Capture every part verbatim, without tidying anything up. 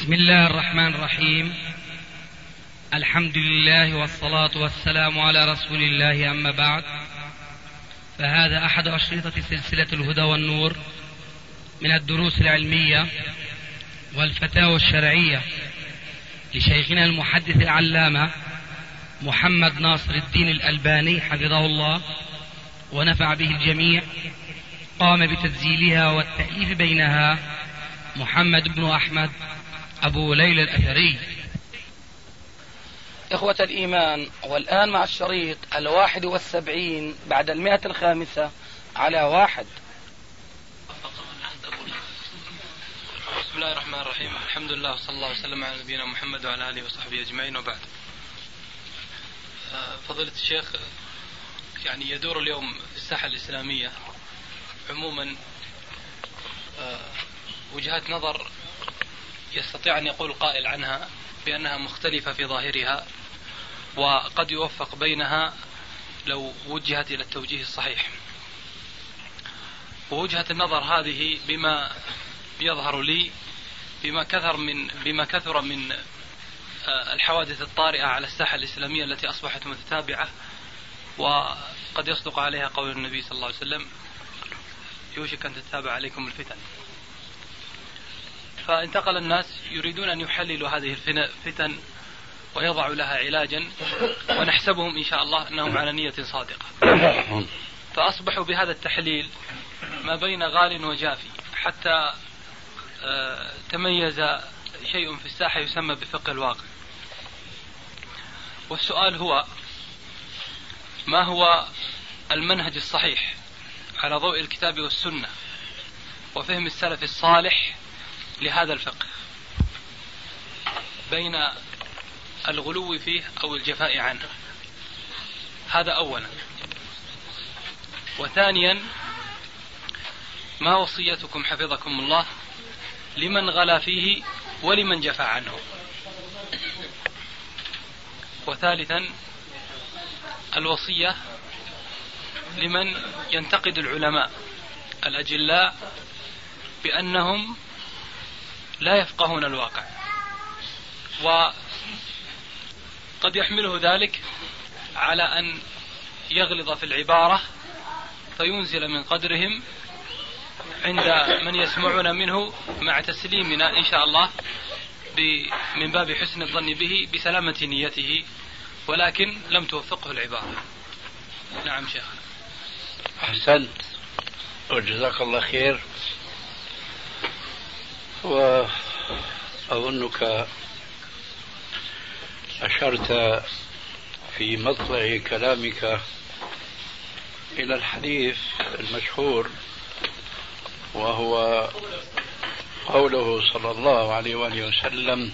بسم الله الرحمن الرحيم. الحمد لله والصلاة والسلام على رسول الله، أما بعد، فهذا أحد أشرطة سلسلة الهدى والنور من الدروس العلمية والفتاوى الشرعية لشيخنا المحدث العلامة محمد ناصر الدين الألباني حفظه الله ونفع به الجميع. قام بتسجيلها والتأليف بينها محمد بن أحمد أبو ليلى الأثري. إخوة الإيمان، والآن مع الشريط الواحد والسبعين بعد المئة الخامسة على واحد. بسم الله الرحمن الرحيم. الحمد لله وصلى الله وسلم على نبينا محمد وعلى آله وصحبه أجمعين، وبعد. فضيلة الشيخ، يعني يدور اليوم في الساحة الإسلامية عموما وجهات نظر يستطيع أن يقول قائل عنها بأنها مختلفة في ظاهرها، وقد يوفق بينها لو وجهت إلى التوجيه الصحيح. ووجهة النظر هذه بما يظهر لي بما كثر من بما كثر من الحوادث الطارئة على الساحة الإسلامية التي أصبحت متتابعة، وقد يصدق عليها قول النبي صلى الله عليه وسلم: يوشك أن تتابع عليكم الفتن. فانتقل الناس يريدون أن يحللوا هذه الفتن ويضعوا لها علاجا، ونحسبهم إن شاء الله أنهم على نية صادقة. فأصبحوا بهذا التحليل ما بين غال وجافي، حتى تميز شيء في الساحة يسمى بفقه الواقع. والسؤال هو: ما هو المنهج الصحيح على ضوء الكتاب والسنة وفهم السلف الصالح لهذا الفقه، بين الغلو فيه أو الجفاء عنه؟ هذا أولا. وثانيا، ما وصيتكم حفظكم الله لمن غلا فيه ولمن جفى عنه؟ وثالثا، الوصية لمن ينتقد العلماء الأجلاء بأنهم لا يفقهون الواقع، وقد يحمله ذلك على أن يغلظ في العبارة فينزل من قدرهم عند من يسمعون منه، مع تسليمنا إن شاء الله من باب حسن الظن به بسلامة نيته، ولكن لم توفقه العبارة. نعم شيخ. أحسنت وجزاك الله خير. وأظنك أشرت في مطلع كلامك إلى الحديث المشهور، وهو قوله صلى الله عليه وآله وسلم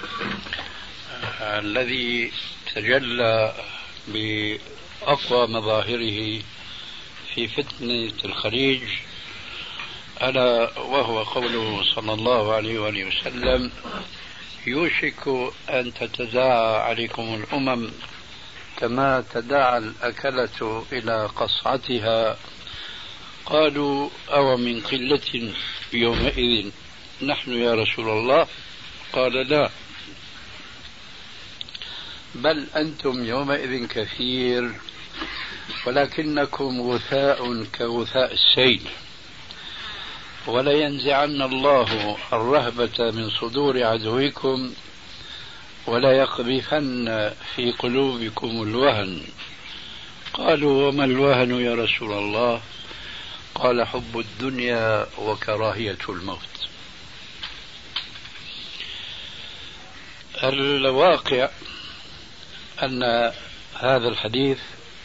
الذي تجلى بأقوى مظاهره في فتنة الخليج، ألا وهو قوله صلى الله عليه وآله وسلم: يوشك أن تتداعى عليكم الأمم كما تداعى الأكلة إلى قصعتها. قالوا: أو من قلة يومئذ نحن يا رسول الله؟ قال: لا، بل أنتم يومئذ كثير، ولكنكم غثاء كغثاء السيل، ولينزعن الله الرهبة من صدور عدوكم، ولا يقذفن في قلوبكم الوهن. قالوا: وما الوهن يا رسول الله؟ قال: حب الدنيا وكراهية الموت. الواقع أن هذا الحديث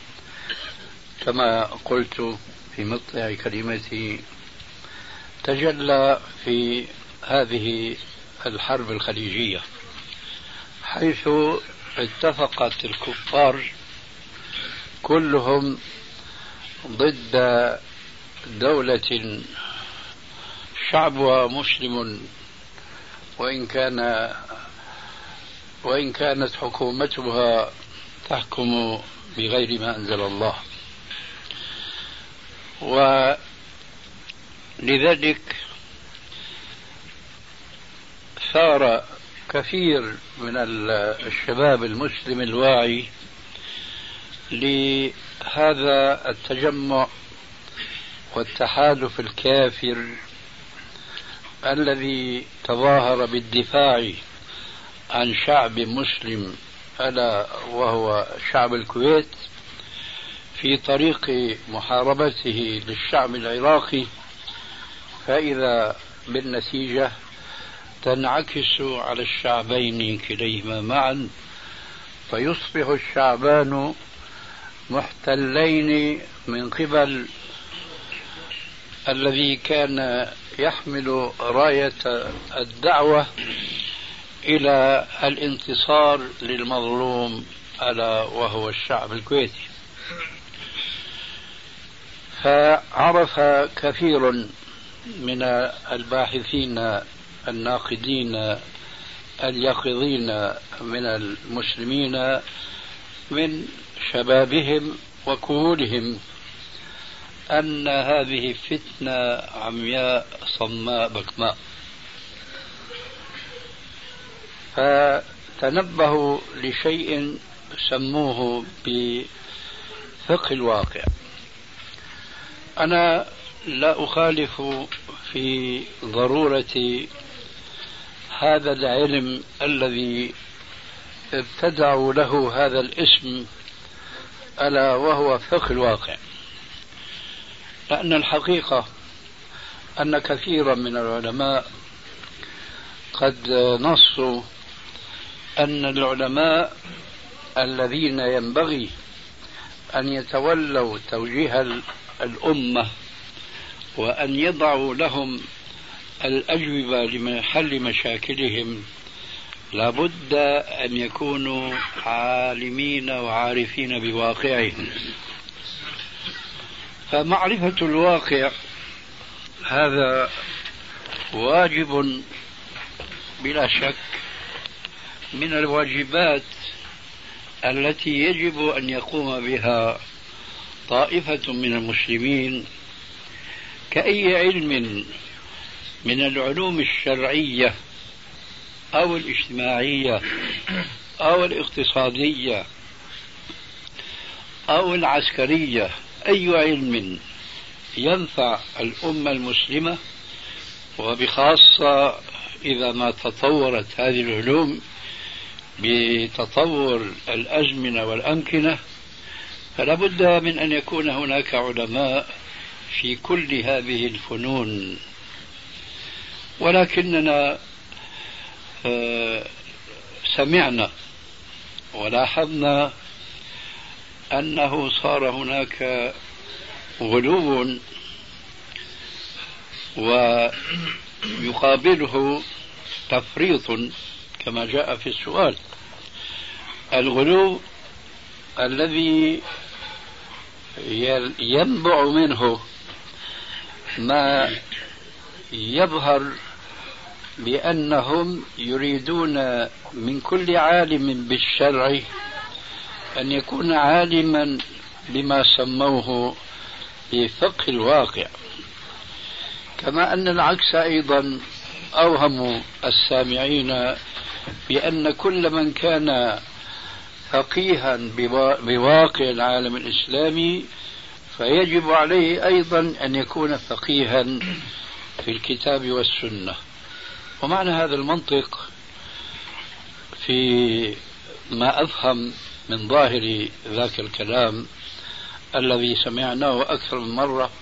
كما قلت في مطلع كلمتي تجلى في هذه الحرب الخليجية، حيث اتفقت الكفار كلهم ضد دولة شعبها مسلم، وإن كان وإن كانت حكومتها تحكم بغير ما أنزل الله. ولذلك ثار كثير من الشباب المسلم الواعي لهذا التجمع والتحالف الكافر الذي تظاهر بالدفاع عن شعب مسلم ألا وهو شعب الكويت في طريق محاربته للشعب العراقي، فإذا بالنتيجة تنعكس على الشعبين كليهما معا، فيصبح الشعبان محتلين من قبل الذي كان يحمل راية الدعوة إلى الانتصار للمظلوم ألا وهو الشعب الكويتي. فعرف كثير من الباحثين الناقدين اليقظين من المسلمين من شبابهم وكهولهم أن هذه فتنة عمياء صماء بكماء، فتنبهوا لشيء سموه بفقه الواقع. أنا لا أخالف في ضرورة هذا العلم الذي ابتدعوا له هذا الاسم ألا وهو فقه الواقع، لأن الحقيقة أن كثيرا من العلماء قد نصوا أن العلماء الذين ينبغي أن يتولوا توجيه الأمة وأن يضعوا لهم الأجوبة لحل مشاكلهم لابد أن يكونوا عالمين وعارفين بواقعهم. فمعرفة الواقع هذا واجب بلا شك من الواجبات التي يجب أن يقوم بها طائفة من المسلمين كأي علم من العلوم الشرعية أو الاجتماعية أو الاقتصادية أو العسكرية. أي علم ينفع الأمة المسلمة، وبخاصة إذا ما تطورت هذه العلوم بتطور الأزمنة والأمكنة، فلا بد من أن يكون هناك علماء في كل هذه الفنون. ولكننا سمعنا ولاحظنا أنه صار هناك غلو ويقابله تفريط كما جاء في السؤال. الغلو الذي ينبع منه ما يظهر بأنهم يريدون من كل عالم بالشرع أن يكون عالما بما سموه بفقه الواقع، كما أن العكس أيضا أوهم السامعين بأن كل من كان فقيها بواقع العالم الإسلامي فيجب عليه أيضا أن يكون فقيها في الكتاب والسنة. ومعنى هذا المنطق في ما أفهم من ظاهر ذاك الكلام الذي سمعناه أكثر من مرة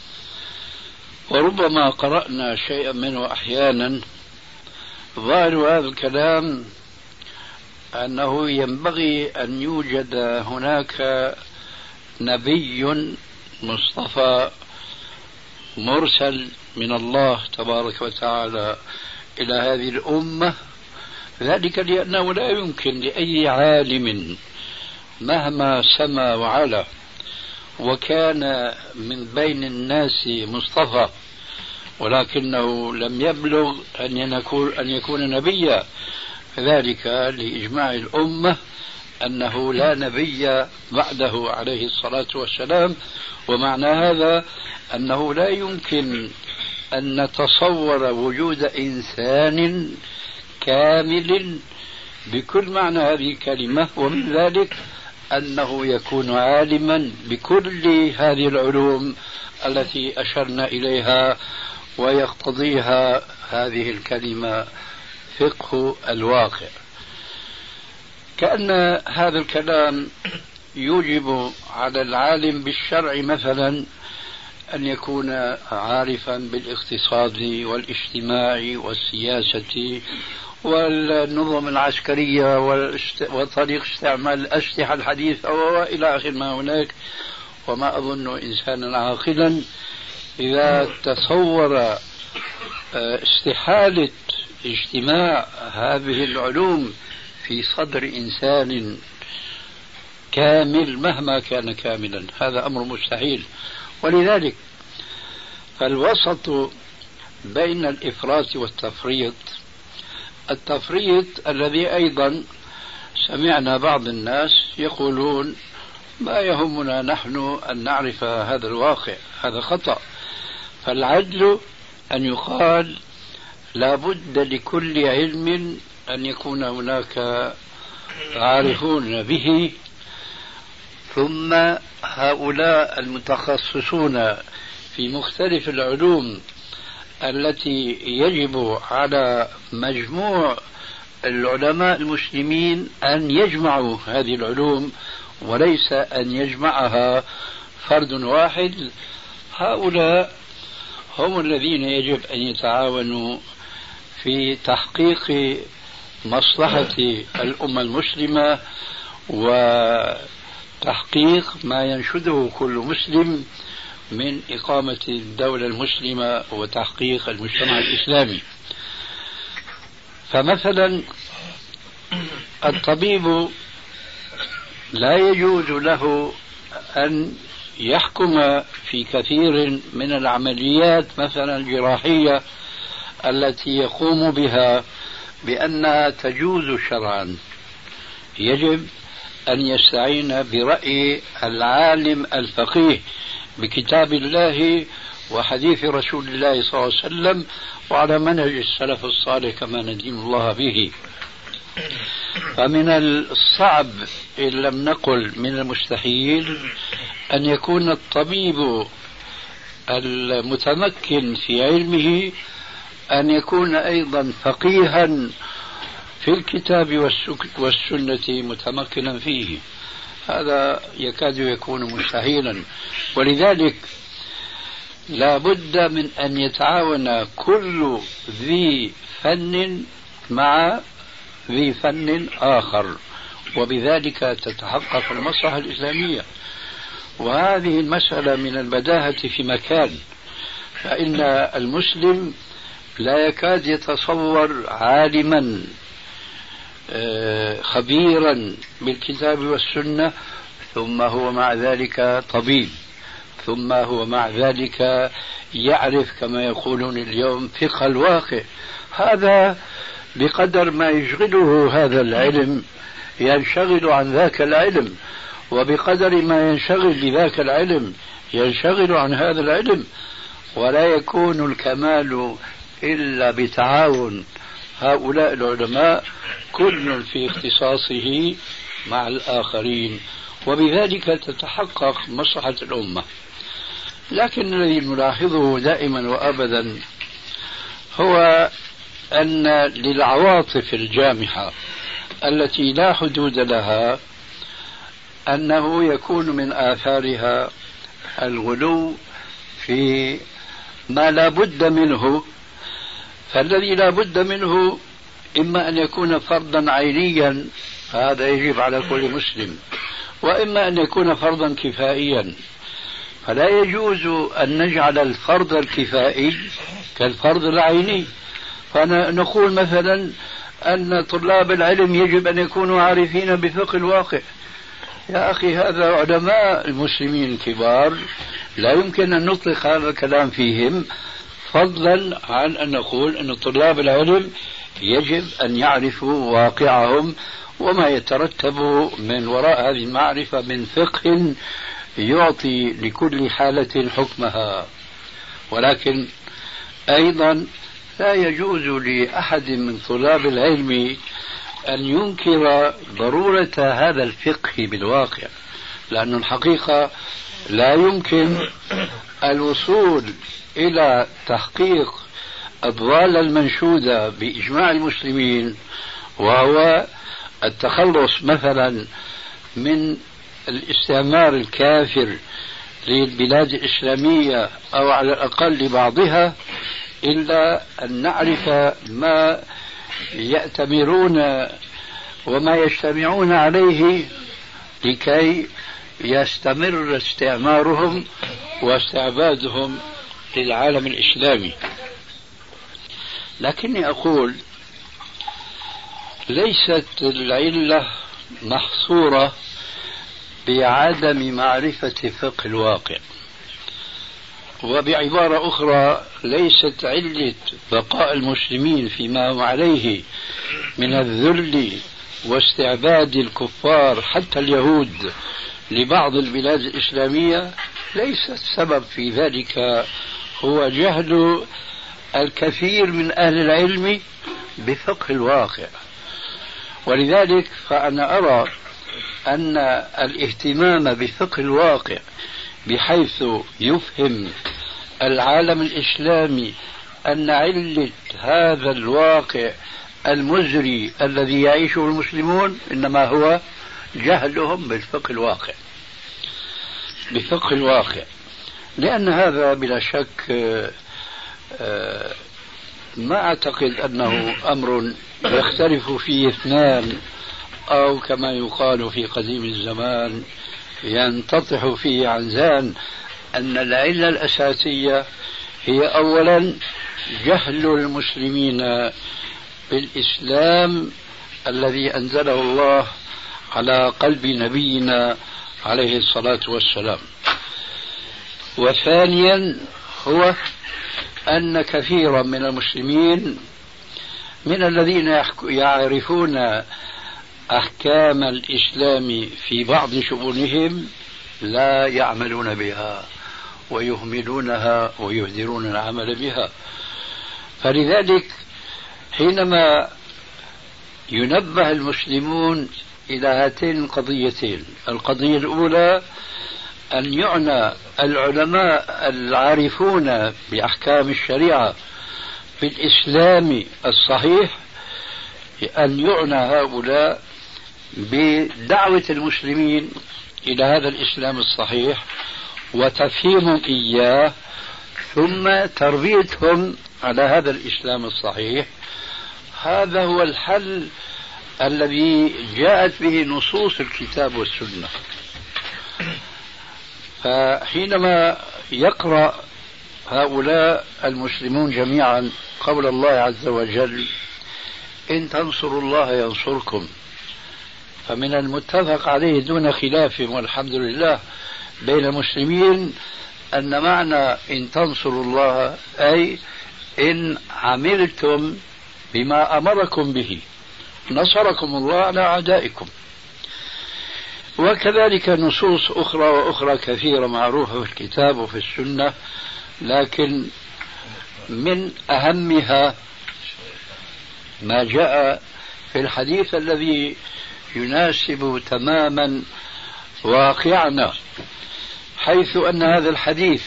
وربما قرأنا شيئا منه أحيانا، ظاهر هذا الكلام أنه ينبغي أن يوجد هناك نبي مصطفى مرسل من الله تبارك وتعالى إلى هذه الأمة، ذلك لأنه لا يمكن لأي عالم مهما سما وعلا وكان من بين الناس مصطفى ولكنه لم يبلغ أن يكون نبيا، ذلك لإجماع الأمة أنه لا نبي بعده عليه الصلاة والسلام. ومعنى هذا أنه لا يمكن أن نتصور وجود إنسان كامل بكل معنى هذه الكلمة، ومن ذلك أنه يكون عالما بكل هذه العلوم التي أشرنا إليها ويقتضيها هذه الكلمة فقه الواقع. كأن هذا الكلام يوجب على العالم بالشرع مثلا أن يكون عارفا بالاقتصاد والاجتماع والسياسة والنظم العسكرية وطريق استعمال الأسلحة الحديثة وإلى آخر ما هناك. وما أظن إنسانا عاقلا إذا تصور استحالة اجتماع هذه العلوم في صدر إنسان كامل مهما كان كاملا، هذا أمر مستحيل. ولذلك فالوسط بين الإفراط والتفريط، التفريط الذي أيضا سمعنا بعض الناس يقولون ما يهمنا نحن أن نعرف هذا الواقع، هذا خطأ. فالعدل أن يقال لا بد لكل علم أن يكون هناك عارفون به، ثم هؤلاء المتخصصون في مختلف العلوم التي يجب على مجموع العلماء المسلمين أن يجمعوا هذه العلوم وليس أن يجمعها فرد واحد. هؤلاء هم الذين يجب أن يتعاونوا في تحقيق مصلحة الأمة المسلمة وتحقيق ما ينشده كل مسلم من إقامة الدولة المسلمة وتحقيق المجتمع الإسلامي. فمثلا الطبيب لا يجوز له أن يحكم في كثير من العمليات مثلا الجراحية التي يقوم بها بأنها تجوز شرعا. يجب أن يستعين برأي العالم الفقيه بكتاب الله وحديث رسول الله صلى الله عليه وسلم وعلى منهج السلف الصالح كما ندين الله به. فمن الصعب إن لم نقل من المستحيل أن يكون الطبيب المتمكن في علمه أن يكون أيضا فقيها في الكتاب والسنة متمكنا فيه، هذا يكاد يكون مستحيلا. ولذلك لا بد من أن يتعاون كل ذي فن مع ذي فن آخر، وبذلك تتحقق المصلحة الإسلامية. وهذه المسألة من البداهة في مكان، فإن المسلم لا يكاد يتصور عالما خبيرا بالكتاب والسنة ثم هو مع ذلك طبيب، ثم هو مع ذلك يعرف كما يقولون اليوم فقه الواقع. هذا بقدر ما يشغله هذا العلم ينشغل عن ذاك العلم، وبقدر ما ينشغل بذاك العلم ينشغل عن هذا العلم. ولا يكون الكمال إلا بتعاون هؤلاء العلماء كل في اختصاصه مع الآخرين، وبذلك تتحقق مصلحة الأمة. لكن الذي نلاحظه دائما وأبدا هو أن للعواطف الجامحة التي لا حدود لها أنه يكون من آثارها الغلو في ما لا بد منه. فالذي لا بد منه إما أن يكون فرضا عينيا، هذا يجب على كل مسلم، وإما أن يكون فرضا كفائيا. فلا يجوز أن نجعل الفرض الكفائي كالفرض العيني، فنقول مثلا أن طلاب العلم يجب أن يكونوا عارفين بفقه الواقع. يا أخي هذا علماء المسلمين الكبار لا يمكن أن نطلق هذا الكلام فيهم، فضلا عن أن نقول أن طلاب العلم يجب أن يعرفوا واقعهم وما يترتب من وراء هذه المعرفة من فقه يعطي لكل حالة حكمها. ولكن أيضا لا يجوز لأحد من طلاب العلم أن ينكر ضرورة هذا الفقه بالواقع، لأن الحقيقة لا يمكن الوصول إلى تحقيق الضالة المنشودة بإجماع المسلمين، وهو التخلص مثلا من الاستعمار الكافر للبلاد الإسلامية أو على الأقل لبعضها، إلا أن نعرف ما يأتمرون وما يجتمعون عليه لكي يستمر استعمارهم واستعبادهم للعالم الإسلامي. لكني أقول ليست العلة محصورة بعدم معرفة فقه الواقع، وبعبارة أخرى ليست علة بقاء المسلمين فيما هم عليه من الذل واستعباد الكفار حتى اليهود لبعض البلاد الإسلامية، ليس السبب في ذلك هو جهل الكثير من أهل العلم بفقه الواقع. ولذلك فأنا أرى أن الاهتمام بفقه الواقع بحيث يفهم العالم الإسلامي أن علة هذا الواقع المزري الذي يعيشه المسلمون إنما هو جهلهم بالفقه الواقع بفقه الواقع لأن هذا بلا شك ما أعتقد أنه أمر يختلف فيه اثنان، أو كما يقال في قديم الزمان ينتطح فيه عنزان، أن العلة الأساسية هي أولا جهل المسلمين بالإسلام الذي أنزله الله على قلب نبينا عليه الصلاة والسلام، وثانيا هو أن كثيرا من المسلمين من الذين يعرفون أحكام الإسلام في بعض شؤونهم لا يعملون بها ويهملونها ويهدرون العمل بها. فلذلك حينما ينبه المسلمون إلى هاتين القضيتين، القضية الأولى أن يعنى العلماء العارفون بأحكام الشريعة بالإسلام الصحيح، أن يعنى هؤلاء بدعوة المسلمين إلى هذا الإسلام الصحيح وتفهيمهم إياه، ثم تربيتهم على هذا الإسلام الصحيح. هذا هو الحل الذي جاءت به نصوص الكتاب والسنة. فحينما يقرأ هؤلاء المسلمون جميعا قول الله عز وجل إن تنصروا الله ينصركم، فمن المتفق عليه دون خلاف والحمد لله بين المسلمين أن معنى إن تنصروا الله أي إن عملتم بما أمركم به نصركم الله على أعدائكم. وكذلك نصوص أخرى وأخرى كثيرة معروفة في الكتاب وفي السنة، لكن من أهمها ما جاء في الحديث الذي يناسب تماما واقعنا، حيث أن هذا الحديث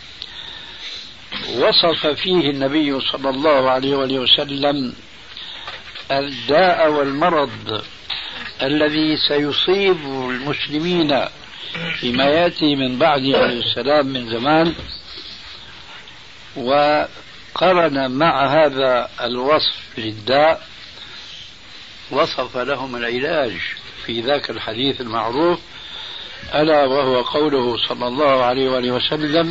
وصف فيه النبي صلى الله عليه وآله وسلم الداء والمرض الذي سيصيب المسلمين فيما يأتي من بعد عليه السلام من زمان، وقرن مع هذا الوصف للداء وصف لهم العلاج في ذاك الحديث المعروف، ألا وهو قوله صلى الله عليه وآله وسلم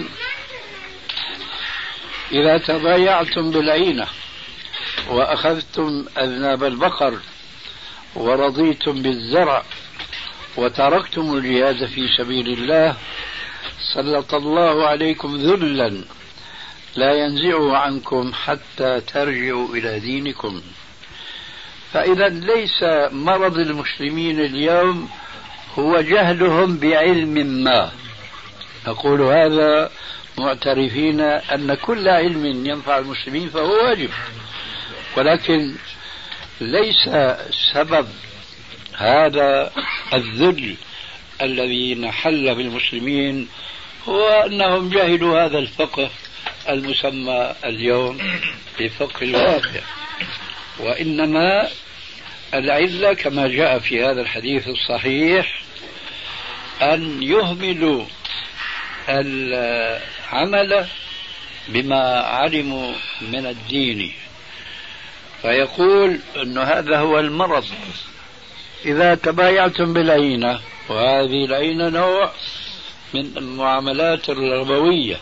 إذا تبايعتم بالعينة وأخذتم أذناب البقر ورضيتم بالزرع وتركتم الجهاد في سبيل الله سلط الله عليكم ذلا لا ينزعه عنكم حتى ترجعوا إلى دينكم. فإذا ليس مرض المسلمين اليوم هو جهلهم بعلم ما، نقول هذا معترفين أن كل علم ينفع المسلمين فهو واجب، ولكن ليس سبب هذا الذل الذي نحل بالمسلمين هو أنهم جهلوا هذا الفقه المسمى اليوم بفقه الواقع، وإنما العلة كما جاء في هذا الحديث الصحيح أن يهملوا العمل بما علموا من الدين، فيقول أن هذا هو المرض. إذا تبايعتم بالعينة، وهذه العينة نوع من المعاملات الربوية،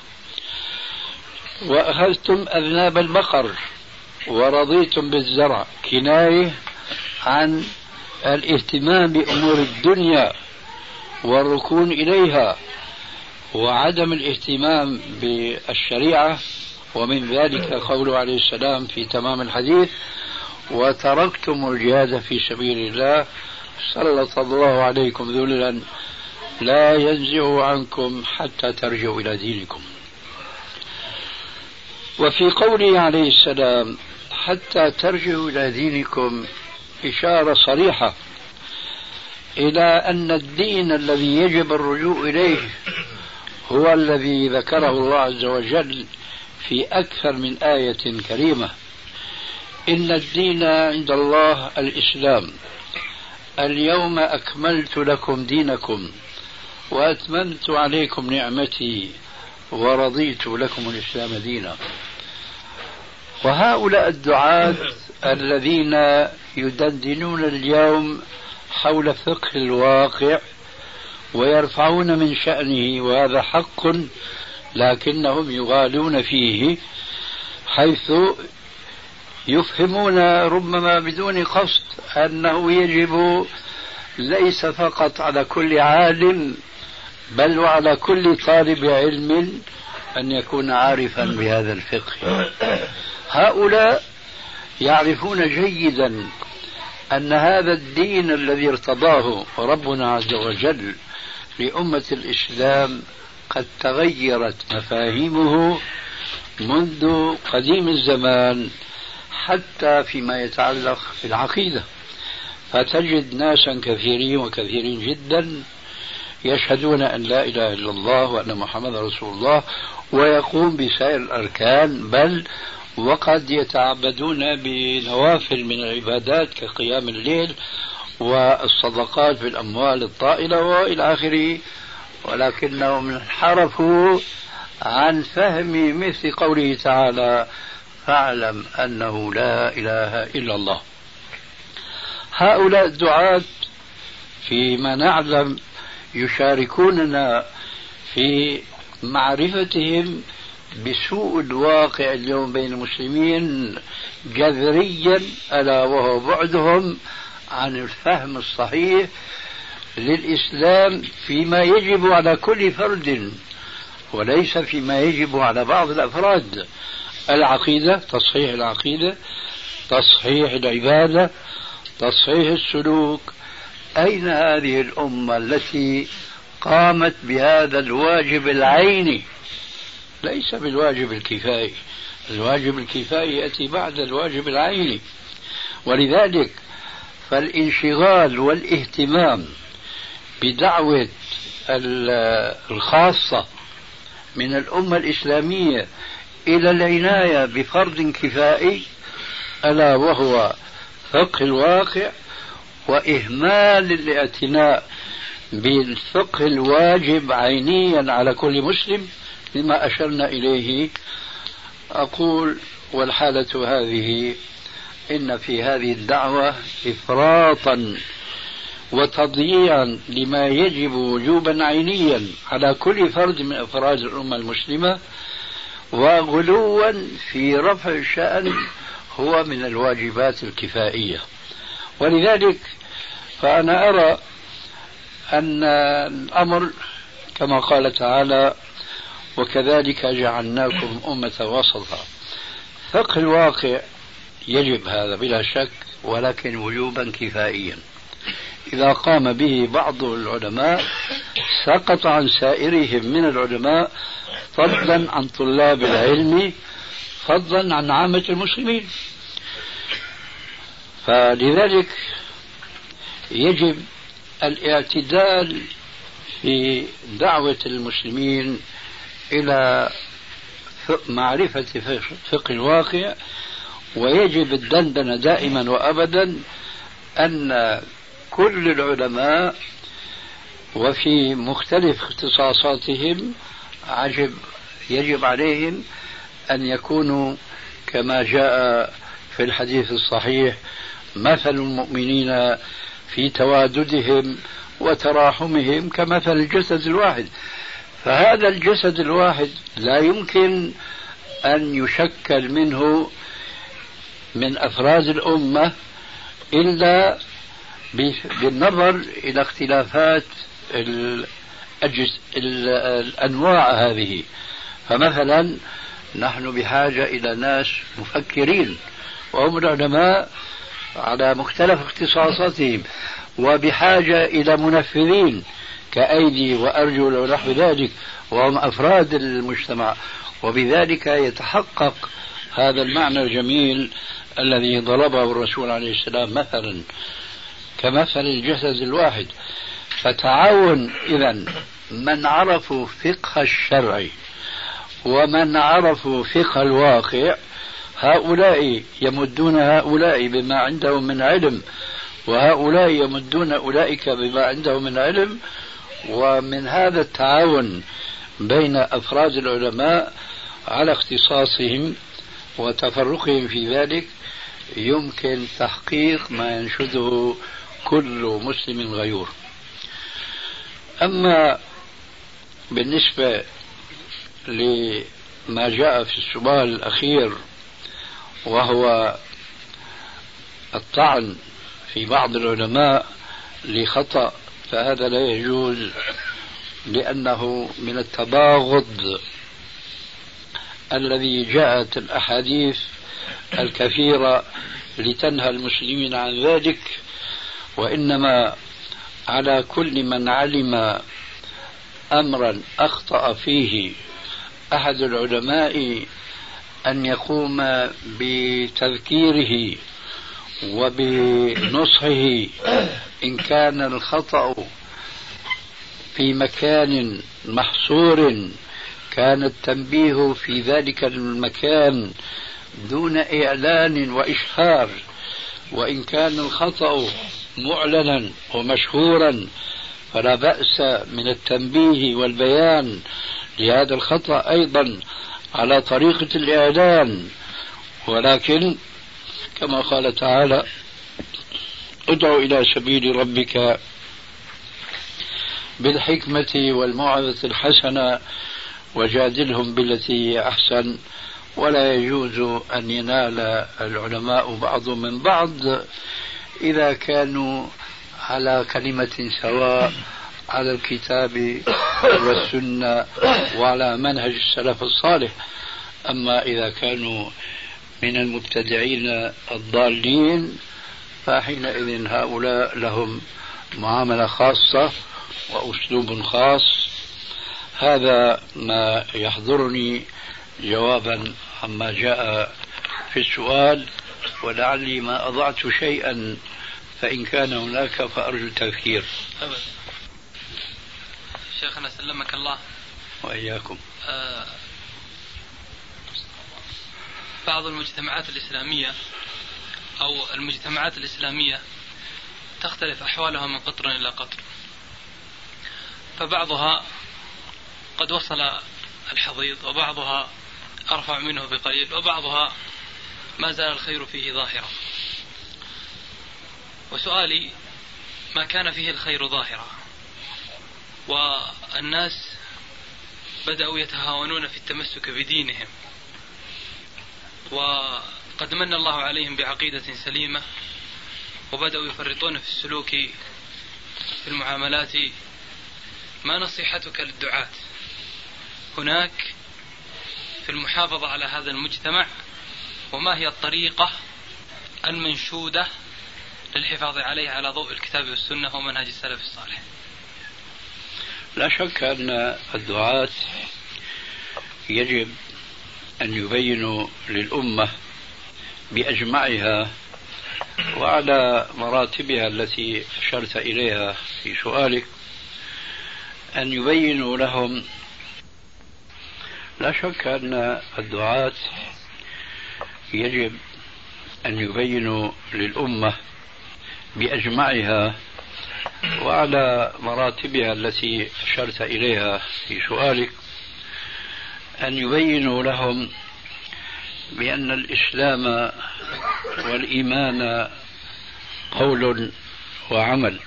وأخذتم أذناب البقر ورضيتم بالزرع، كناية عن الاهتمام بأمور الدنيا والركون إليها وعدم الاهتمام بالشريعة، ومن ذلك قوله عليه السلام في تمام الحديث: وتركتم الجهاد في سبيل الله سلط الله عليكم ذلا لا ينزع عنكم حتى ترجعوا إلى دينكم. وفي قوله عليه السلام حتى ترجعوا إلى دينكم إشارة صريحة إلى أن الدين الذي يجب الرجوع إليه هو الذي ذكره الله عز وجل في أكثر من آية كريمة: إن الدين عند الله الإسلام، اليوم أكملت لكم دينكم وأتممت عليكم نعمتي ورضيت لكم الإسلام دينا. وهؤلاء الدعاة الذين يدندنون اليوم حول فقه الواقع ويرفعون من شأنه، وهذا حق، لكنهم يغالون فيه، حيث يفهمون ربما بدون قصد أنه يجب ليس فقط على كل عالم بل وعلى كل طالب علم أن يكون عارفا بهذا الفقه. هؤلاء يعرفون جيدا أن هذا الدين الذي ارتضاه ربنا عز وجل لأمة الإسلام قد تغيرت مفاهيمه منذ قديم الزمان، حتى فيما يتعلق في العقيدة، فتجد ناسا كثيرين وكثيرين جدا يشهدون أن لا إله إلا الله وأن محمد رسول الله، ويقوم بسائر الأركان، بل وقد يتعبدون بنوافل من العبادات كقيام الليل والصدقات في الأموال الطائلة وإلى آخره، ولكنهم انحرفوا عن فهم مثل قوله تعالى: فاعلم أنه لا إله إلا الله. هؤلاء الدعاة فيما نعلم يشاركوننا في معرفتهم بسوء الواقع اليوم بين المسلمين جذريا، ألا وهو بعدهم عن الفهم الصحيح للإسلام فيما يجب على كل فرد وليس فيما يجب على بعض الأفراد. العقيدة، تصحيح العقيدة، تصحيح العبادة، تصحيح السلوك. أين هذه الأمة التي قامت بهذا الواجب العيني؟ ليس بالواجب الكفائي، الواجب الكفائي يأتي بعد الواجب العيني. ولذلك فالانشغال والاهتمام بدعوة الخاصة من الأمة الإسلامية إلى العناية بفرض كفائي ألا وهو فقه الواقع، وإهمال الاعتناء بالفقه الواجب عينيا على كل مسلم بما أشرنا إليه. أقول والحالة هذه إن في هذه الدعوة إفراطا وتضييعا لما يجب وجوبا عينيا على كل فرد من أفراد الأمة المسلمة، وغلوا في رفع الشأن هو من الواجبات الكفائية. ولذلك فأنا أرى أن الأمر كما قال تعالى: وكذلك جعلناكم أمة وسطا. فقه الواقع يجب هذا بلا شك، ولكن وجوبا كفائيا. إذا قام به بعض العلماء سقط عن سائرهم من العلماء فضلا عن طلاب العلم، فضلا عن عامة المسلمين. فلذلك يجب الاعتدال في دعوة المسلمين إلى معرفة فقه الواقع، ويجب الدندنة دائما وأبدا أن كل العلماء وفي مختلف اختصاصاتهم عجب يجب عليهم أن يكونوا كما جاء في الحديث الصحيح: مثل المؤمنين في تواددهم وتراحمهم كمثل الجسد الواحد. فهذا الجسد الواحد لا يمكن أن يشكل منه من أفراد الأمة إلا بالنظر إلى اختلافات الأجس الأنواع هذه. فمثلا نحن بحاجة إلى ناس مفكرين وهم العلماء على مختلف اختصاصاتهم، وبحاجة إلى منفذين كأيدي وأرجل ونحو ذلك وهم أفراد المجتمع، وبذلك يتحقق هذا المعنى الجميل الذي ضربه الرسول عليه السلام مثلا كمثل الجسد الواحد. فتعاون إذن من عرفوا فقه الشرع ومن عرفوا فقه الواقع، هؤلاء يمدون هؤلاء بما عندهم من علم، وهؤلاء يمدون أولئك بما عندهم من علم. ومن هذا التعاون بين أفراد العلماء على اختصاصهم وتفرقهم في ذلك يمكن تحقيق ما ينشده كل مسلم غيور. أما بالنسبة لما جاء في السؤال الأخير وهو الطعن في بعض العلماء لخطأ، فهذا لا يجوز، لأنه من التباغض الذي جاءت الأحاديث الكثيرة لتنهى المسلمين عن ذلك. وإنما على كل من علم أمرا أخطأ فيه أحد العلماء أن يقوم بتذكيره وبنصحه إن كان الخطأ في مكان محصور، كان التنبيه في ذلك المكان دون إعلان وإشهار، وإن كان الخطأ معلنا ومشهورا فلا بأس من التنبيه والبيان لهذا الخطأ أيضا على طريقة الإعلان. ولكن كما قال تعالى: ادع إلى سبيل ربك بالحكمة والموعظة الحسنة وجادلهم بالتي هي أحسن. ولا يجوز أن ينال العلماء بعضهم من بعض إذا كانوا على كلمة سواء على الكتاب والسنة وعلى منهج السلف الصالح. أما إذا كانوا من المبتدعين الضالين فحينئذ هؤلاء لهم معاملة خاصة وأسلوب خاص. هذا ما يحضرني جوابا عما جاء في السؤال، ولعلي ما أضعت شيئا فإن كان هناك فأرجو التذكير. شيخنا سلمك الله وإياكم. آه بعض المجتمعات الإسلامية أو المجتمعات الإسلامية تختلف أحوالها من قطر إلى قطر، فبعضها قد وصل الحضيض وبعضها أرفع منه بقليل وبعضها ما زال الخير فيه ظاهرا. وسؤالي: ما كان فيه الخير ظاهرا والناس بدأوا يتهاونون في التمسك بدينهم وقد من الله عليهم بعقيدة سليمة وبدأوا يفرطون في السلوك في المعاملات، ما نصيحتك للدعاة هناك في المحافظة على هذا المجتمع، وما هي الطريقة المنشودة للحفاظ عليه على ضوء الكتاب والسنة ومنهج السلف الصالح؟ لا شك أن الدعاة يجب أن يبينوا للأمة بأجمعها وعلى مراتبها التي أشرت إليها في سؤالك، أن يبينوا لهم. لا شك أن الدعاة يجب أن يبينوا للأمة بأجمعها وعلى مراتبها التي أشرت إليها في سؤالك، أن يبينوا لهم بأن الإسلام والإيمان قول وعمل،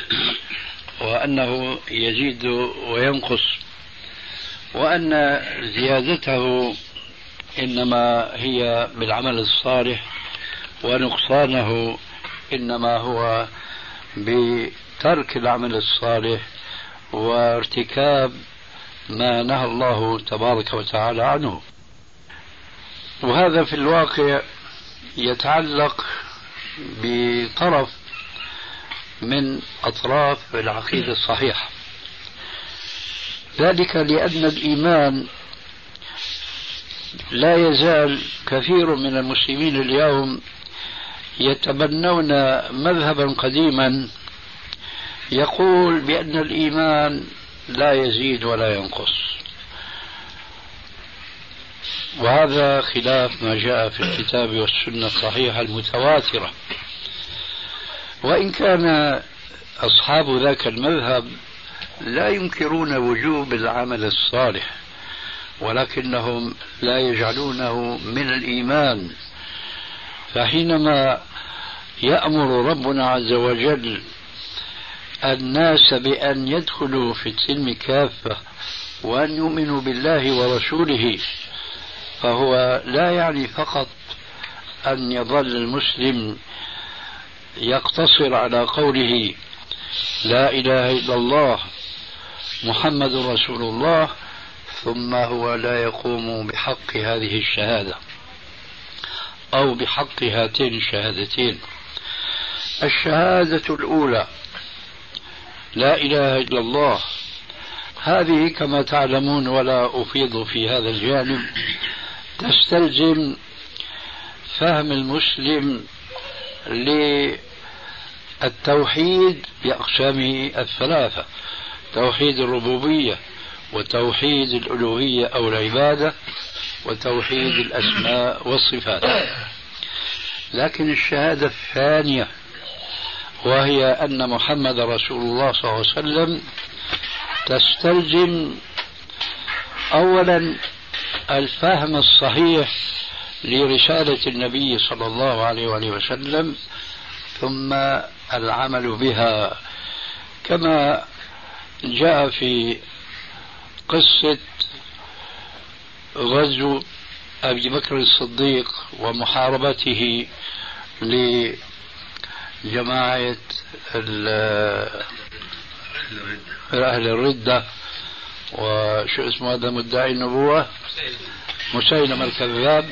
وأنه يزيد وينقص، وأن زيادته إنما هي بالعمل الصالح، ونقصانه إنما هو بترك العمل الصالح وارتكاب ما نهى الله تبارك وتعالى عنه. وهذا في الواقع يتعلق بطرف من أطراف العقيدة الصحيحة، ذلك لأن الإيمان لا يزال كثير من المسلمين اليوم يتبنون مذهبا قديما يقول بأن الإيمان لا يزيد ولا ينقص، وهذا خلاف ما جاء في الكتاب والسنة الصحيحة المتواترة. وإن كان أصحاب ذاك المذهب لا ينكرون وجوب العمل الصالح، ولكنهم لا يجعلونه من الإيمان. فحينما يأمر ربنا عز وجل الناس بأن يدخلوا في السلم كافة وأن يؤمنوا بالله ورسوله، فهو لا يعني فقط أن يظل المسلم يقتصر على قوله لا إله إلا الله محمد رسول الله، ثم هو لا يقوم بحق هذه الشهادة أو بحق هاتين الشهادتين. الشهادة الأولى لا إله إلا الله، هذه كما تعلمون ولا أفيض في هذا الجانب تستلزم فهم المسلم للتوحيد بأقسامه الثلاثة: توحيد الربوبية، وتوحيد الألوهية أو العبادة، وتوحيد الأسماء والصفات. لكن الشهادة الثانية وهي أن محمد رسول الله صلى الله عليه وسلم تستلزم أولا الفهم الصحيح لرسالة النبي صلى الله عليه وآله وسلم، ثم العمل بها، كما جاء في قصة غزو أبي بكر الصديق ومحاربته لجماعة أهل الردة، وشو اسمه هذا مدعي النبوة مسيلمة الكذاب.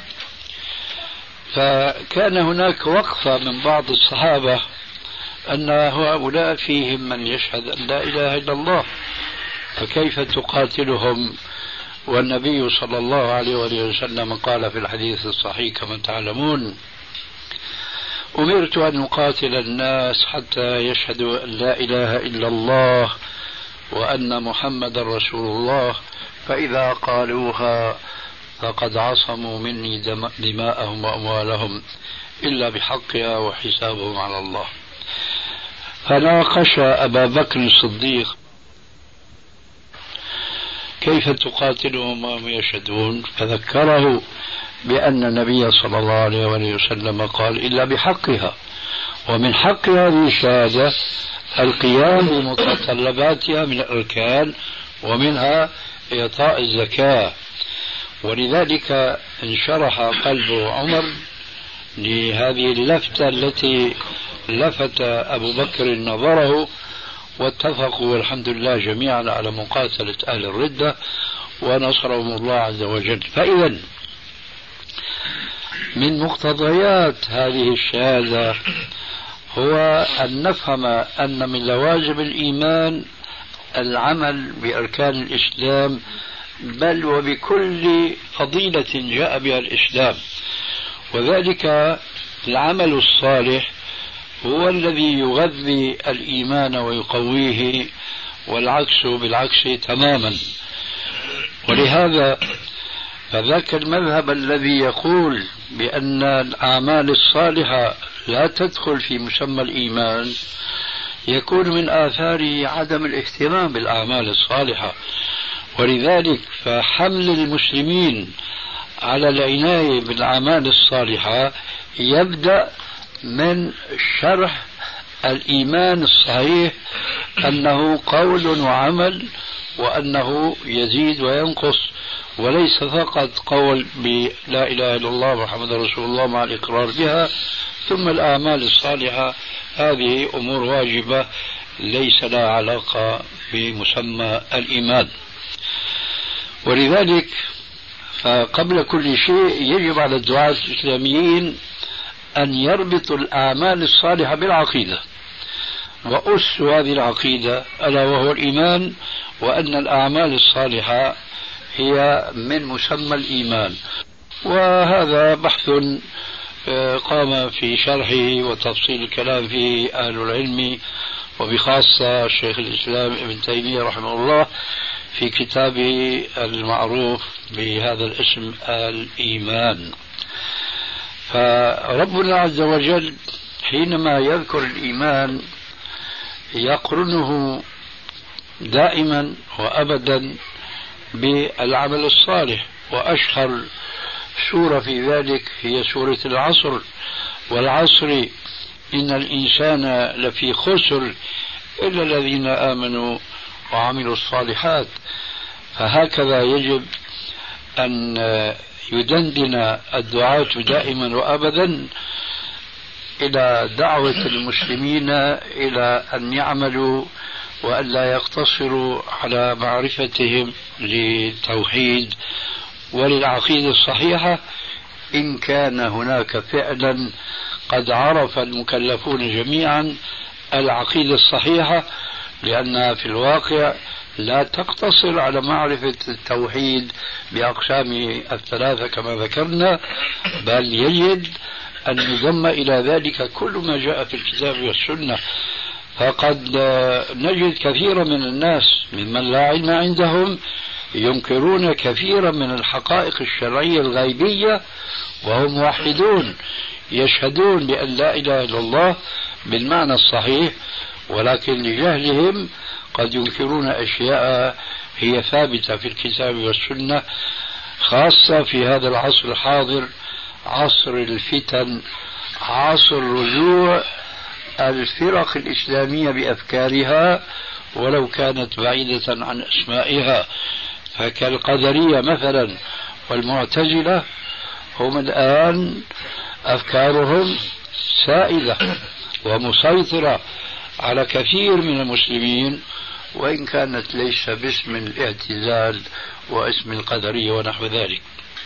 فكان هناك وقفة من بعض الصحابة أن هؤلاء فيهم من يشهد أن لا إله إلا الله، فكيف تقاتلهم؟ والنبي صلى الله عليه وسلم قال في الحديث الصحيح كما تعلمون: أمرت أن أقاتل الناس حتى يشهدوا أن لا إله إلا الله وأن محمد رسول الله، فإذا قالوها فقد عصموا مني دماءهم وأموالهم إلا بحقها وحسابهم على الله. فناقش أبا بكر الصديق كيف تقاتلهم وهم يشهدون، فذكره بأن النبي صلى الله عليه وسلم قال إلا بحقها، ومن حق هذه الشهادة القيام بمتطلباتها من الأركان، ومنها إعطاء الزكاة. ولذلك انشرح قلب عمر لهذه اللفتة التي لفت أبو بكر نظره، واتفقوا والحمد لله جميعا على مقاتلة أهل الردة ونصرهم الله عز وجل. فإذا من مقتضيات هذه الشهادة هو أن نفهم أن من لوازم الإيمان العمل بأركان الإسلام بل وبكل فضيلة جاء بها الإسلام. وذلك العمل الصالح هو الذي يغذي الإيمان ويقويه، والعكس بالعكس تماما. ولهذا فذاك المذهب الذي يقول بأن الأعمال الصالحة لا تدخل في مسمى الإيمان يكون من آثاره عدم الاهتمام بالأعمال الصالحة. ولذلك فحمل المسلمين على العناية بالأعمال الصالحة يبدأ من شرح الإيمان الصحيح أنه قول وعمل، وأنه يزيد وينقص، وليس فقط قول بلا إله إلا الله محمد رسول الله مع الإقرار بها. ثم الأعمال الصالحة هذه أمور واجبة ليس لها علاقة بمسمى الإيمان. ولذلك فقبل كل شيء يجب على الدعاة الإسلاميين أن يربطوا الأعمال الصالحة بالعقيدة، وأس هذه العقيدة ألا وهو الإيمان، وأن الأعمال الصالحة هي من مسمى الإيمان. وهذا بحث قام في شرحه وتفصيل الكلام فيه أهل العلم، وبخاصة الشيخ الإسلام ابن تيمية رحمه الله في كتابه المعروف بهذا الاسم الإيمان. فربنا عز وجل حينما يذكر الإيمان يقرنه دائما وأبدا بالعمل الصالح، وأشهر سورة في ذلك هي سورة العصر. والعصر إن الإنسان لفي خسر إلا الذين آمنوا وعملوا الصالحات. فهكذا يجب أن يدندن الدعاة دائما وأبدا إلى دعوة المسلمين إلى أن يعملوا وأن لا يقتصروا على معرفتهم للتوحيد وللعقيدة الصحيحة، إن كان هناك فعلا قد عرف المكلفون جميعا العقيدة الصحيحة، لأنها في الواقع لا تقتصر على معرفة التوحيد بأقسامه الثلاثة كما ذكرنا، بل يجب أن يضم إلى ذلك كل ما جاء في الكتاب والسنة. فقد نجد كثيرا من الناس ممن لا علم عندهم ينكرون كثيرا من الحقائق الشرعية الغيبية وهم موحدون يشهدون بأن لا إله إلا الله بالمعنى الصحيح، ولكن لجهلهم قد ينكرون أشياء هي ثابتة في الكتاب والسنة، خاصة في هذا العصر الحاضر، عصر الفتن، عصر رجوع الفرق الإسلامية بأفكارها ولو كانت بعيدة عن أسمائها. فكالقدرية مثلا والمعتزلة هم الآن أفكارهم سائدة ومسيطرة على كثير من المسلمين، وإن كانت ليس باسم الاعتزال واسم القدرية ونحو ذلك.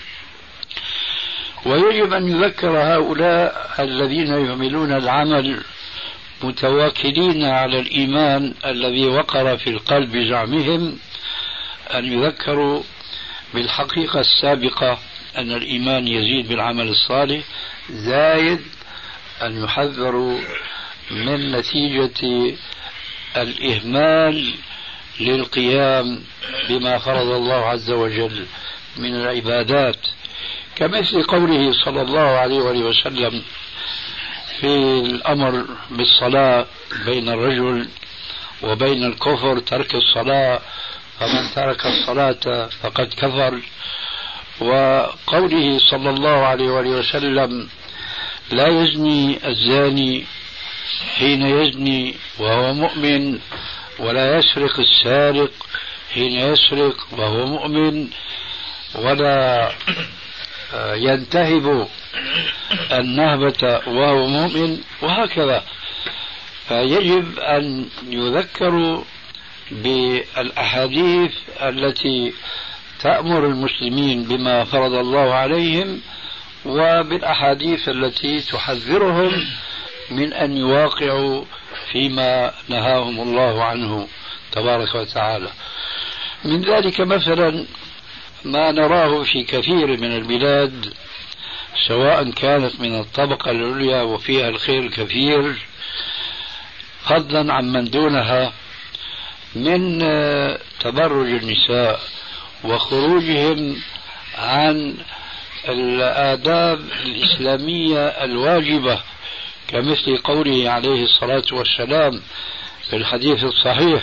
ويجب أن يذكر هؤلاء الذين يعملون العمل متواكلين على الإيمان الذي وقر في القلب بزعمهم أن يذكروا بالحقيقة السابقة أن الإيمان يزيد بالعمل الصالح، زايد أن يحذروا من نتيجة الإهمال للقيام بما فرض الله عز وجل من العبادات، كمثل قوله صلى الله عليه وسلم في الأمر بالصلاة بين الرجل وبين الكفر ترك الصلاة، فمن ترك الصلاة فقد كفر. وقوله صلى الله عليه وسلم لا يزني الزاني حين يزني وهو مؤمن، ولا يسرق السارق حين يسرق وهو مؤمن، ولا ينتهب النهبة وهو مؤمن، وهكذا. فيجب أن يذكروا بالأحاديث التي تأمر المسلمين بما فرض الله عليهم، وبالأحاديث التي تحذرهم من أن يواقعوا فيما نهاهم الله عنه تبارك وتعالى. من ذلك مثلا ما نراه في كثير من البلاد، سواء كانت من الطبقة العليا وفيها الخير الكثير فضلا عن من دونها، من تبرج النساء وخروجهم عن الآداب الإسلامية الواجبة، كمثل قوله عليه الصلاة والسلام في الحديث الصحيح: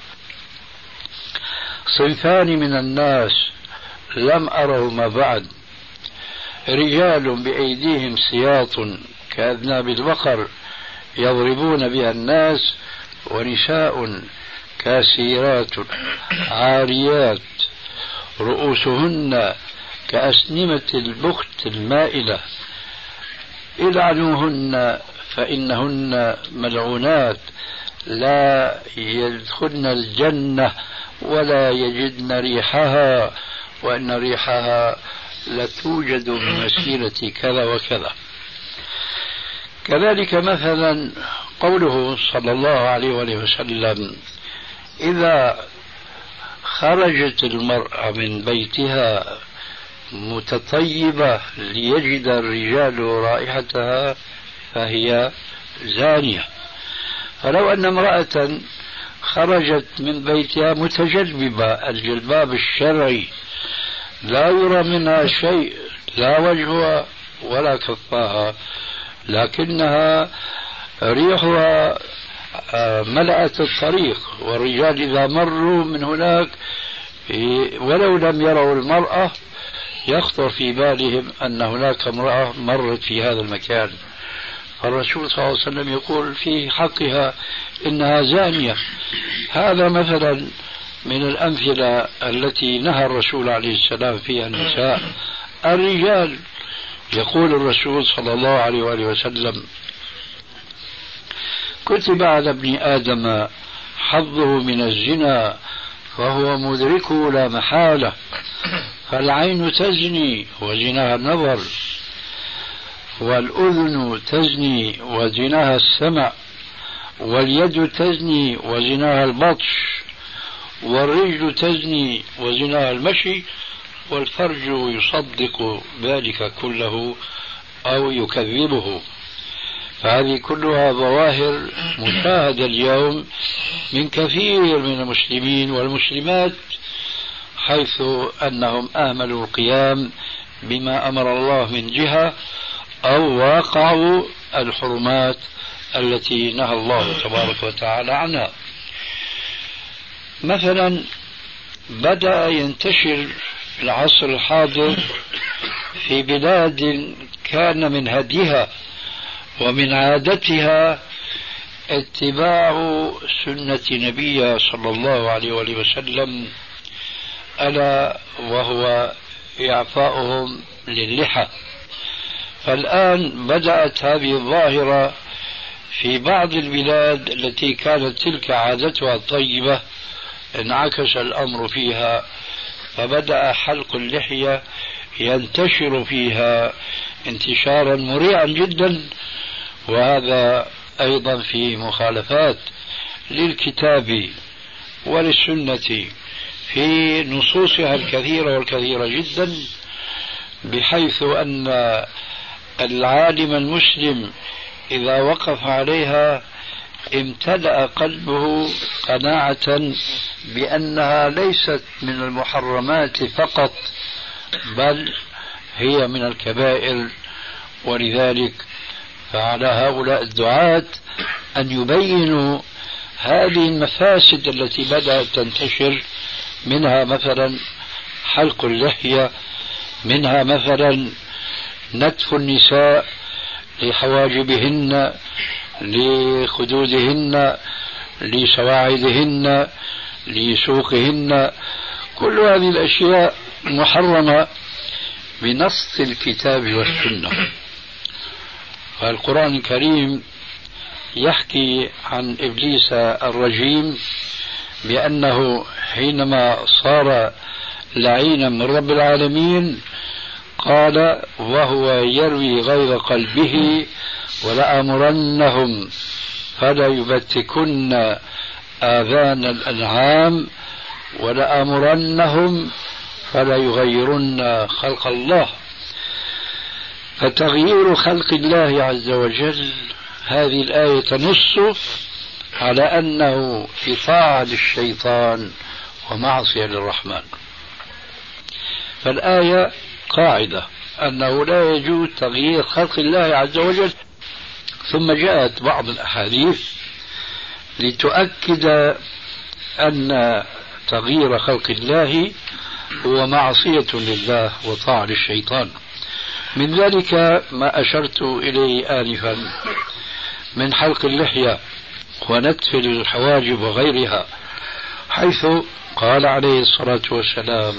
صنفان من الناس لم أرهما بعد، رجال بأيديهم سياط كأذناب البقر يضربون بها الناس، ونساء كاسيرات عاريات رؤوسهن كأسنمة البخت المائلة، العنوهن فإنهن ملعونات لا يدخلن الجنة ولا يجدن ريحها، وأن ريحها لتوجد من مسيرة كذا وكذا. كذلك مثلا قوله صلى الله عليه وآله وسلم: إذا خرجت المرأة من بيتها متطيبة ليجد الرجال رائحتها فهي زانية. فلو أن امرأة خرجت من بيتها متجلببة الجلباب الشرعي لا يرى منها شيء، لا وجهها ولا كفاها، لكنها ريحها ملأت الطريق، والرجال إذا مروا من هناك ولو لم يروا المرأة يخطر في بالهم أن هناك امرأة مرت في هذا المكان، فالرسول صلى الله عليه وسلم يقول في حقها إنها زانية. هذا مثلا من الأمثلة التي نهى الرسول عليه السلام فيها النساء. الرجال يقول الرسول صلى الله عليه وآله وسلم: كتب على ابن آدم حظه من الزنا فهو مدركه لا محالة، فالعين تزني وزناها النظر، والأذن تزني وزناها السمع، واليد تزني وزناها البطش، والرجل تزني وزناها المشي، والفرج يصدق ذلك كله أو يكذبه. فهذه كلها ظواهر مشاهدة اليوم من كثير من المسلمين والمسلمات، حيث أنهم أهملوا القيام بما أمر الله من جهة أو واقعوا الحرمات التي نهى الله تبارك وتعالى عنها. مثلا بدأ ينتشر في العصر الحاضر في بلاد كان من هديها ومن عادتها اتباع سنة نبيها صلى الله عليه وآله وسلم، ألا وهو إعفاؤهم للحى. فالآن بدأت هذه الظاهرة في بعض البلاد التي كانت تلك عادتها الطيبة، انعكس الأمر فيها، فبدأ حلق اللحية ينتشر فيها انتشارا مريعا جدا، وهذا أيضا في مخالفات للكتاب وللسنة في نصوصها الكثيرة والكثيرة جدا، بحيث أن العالم المسلم إذا وقف عليها امتلأ قلبه قناعة بأنها ليست من المحرمات فقط، بل هي من الكبائر. ولذلك فعلى هؤلاء الدعاة أن يبينوا هذه المفاسد التي بدأت تنتشر، منها مثلا حلق اللحية، منها مثلا نتف النساء لحواجبهن، لخدودهن، لسواعدهن، لسوقهن. كل هذه الأشياء محرمة بنص الكتاب والسنة. فالقرآن الكريم يحكي عن إبليس الرجيم بأنه حينما صار لعينا من رب العالمين قال وهو يروي غيظ قلبه ولآمرنهم فلا يبتكن آذان الأنعام ولآمرنهم فلا يغيرن خلق الله. فتغيير خلق الله عز وجل هذه الآية تنص على أنه إطاعة للشيطان ومعصية للرحمن. فالآية قاعدة أنه لا يجوز تغيير خلق الله عز وجل. ثم جاءت بعض الأحاديث لتؤكد أن تغيير خلق الله هو معصية لله وطاعة للشيطان. من ذلك ما أشرت إليه آنفا من حلق اللحية ونتف الحواجب وغيرها، حيث قال عليه الصلاة والسلام: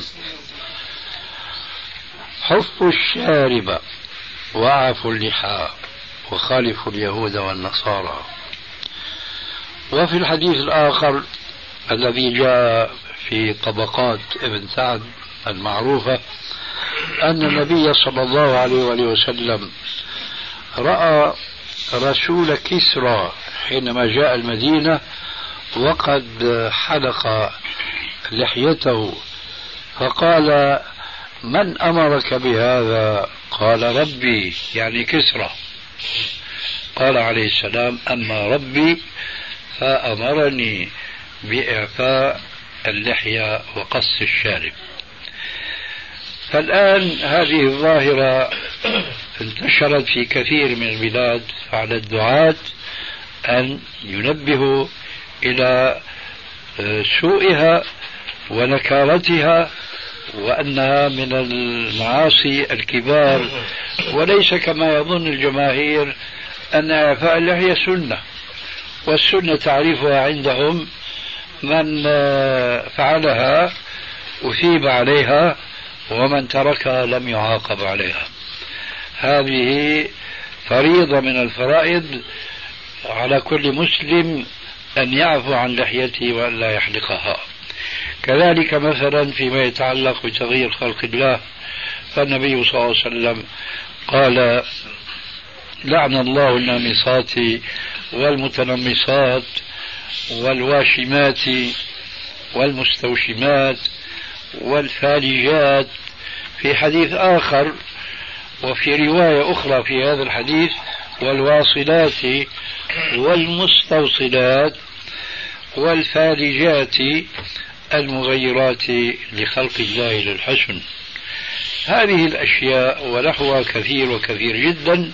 حفوا الشارب وعفوا اللحى وخالفوا اليهود والنصارى. وفي الحديث الآخر الذي جاء في طبقات ابن سعد المعروفة أن النبي صلى الله عليه وآله وسلم رأى رسول كسرى حينما جاء المدينة وقد حلق لحيته، فقال: من أمرك بهذا؟ قال: ربي، يعني كسرى. قال عليه السلام: أما ربي فأمرني بإعفاء اللحية وقص الشارب. فالآن هذه الظاهرة انتشرت في كثير من البلاد، فعلى الدعاة أن ينبهوا إلى سوءها ونكارتها، وأنها من المعاصي الكبار، وليس كما يظن الجماهير أن إعفاء اللحية سنة، والسنة تعريفها عندهم من فعلها أثيب عليها ومن تركها لم يعاقب عليها. هذه فريضة من الفرائض على كل مسلم أن يعفو عن لحيته وأن لا يحلقها. كذلك مثلا فيما يتعلق بتغيير خلق الله، فالنبي صلى الله عليه وسلم قال: لعن الله النامصات والمتنمصات والواشمات والمستوشمات والفالجات في حديث آخر، وفي رواية أخرى في هذا الحديث: والواصلات والمستوصلات والفالجات المغيرات لخلق الله للحسن. هذه الأشياء ونحوها كثير وكثير جدا،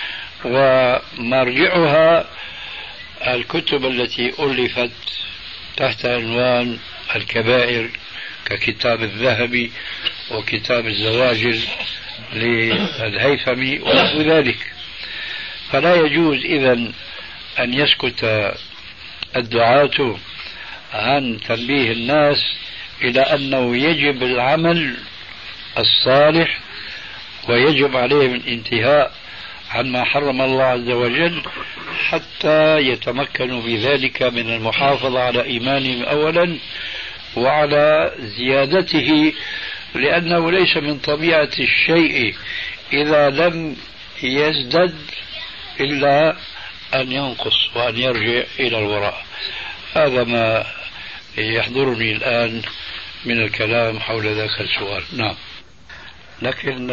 ومرجعها الكتب التي ألفت تحت عنوان الكبائر ككتاب الذهبي وكتاب الزواجر للهيثمي ونحو ذلك. فلا يجوز إذن أن يسكت الدعاة عن تنبيه الناس إلى أنه يجب العمل الصالح ويجب عليهم الانتهاء عن ما حرم الله عز وجل حتى يتمكنوا بذلك من المحافظة على إيمانهم أولا وعلى زيادته، لأنه ليس من طبيعة الشيء إذا لم يزدد إلا أن ينقص وأن يرجع إلى الوراء. هذا ما يحضرني الآن من الكلام حول ذاك السؤال. نعم، لكن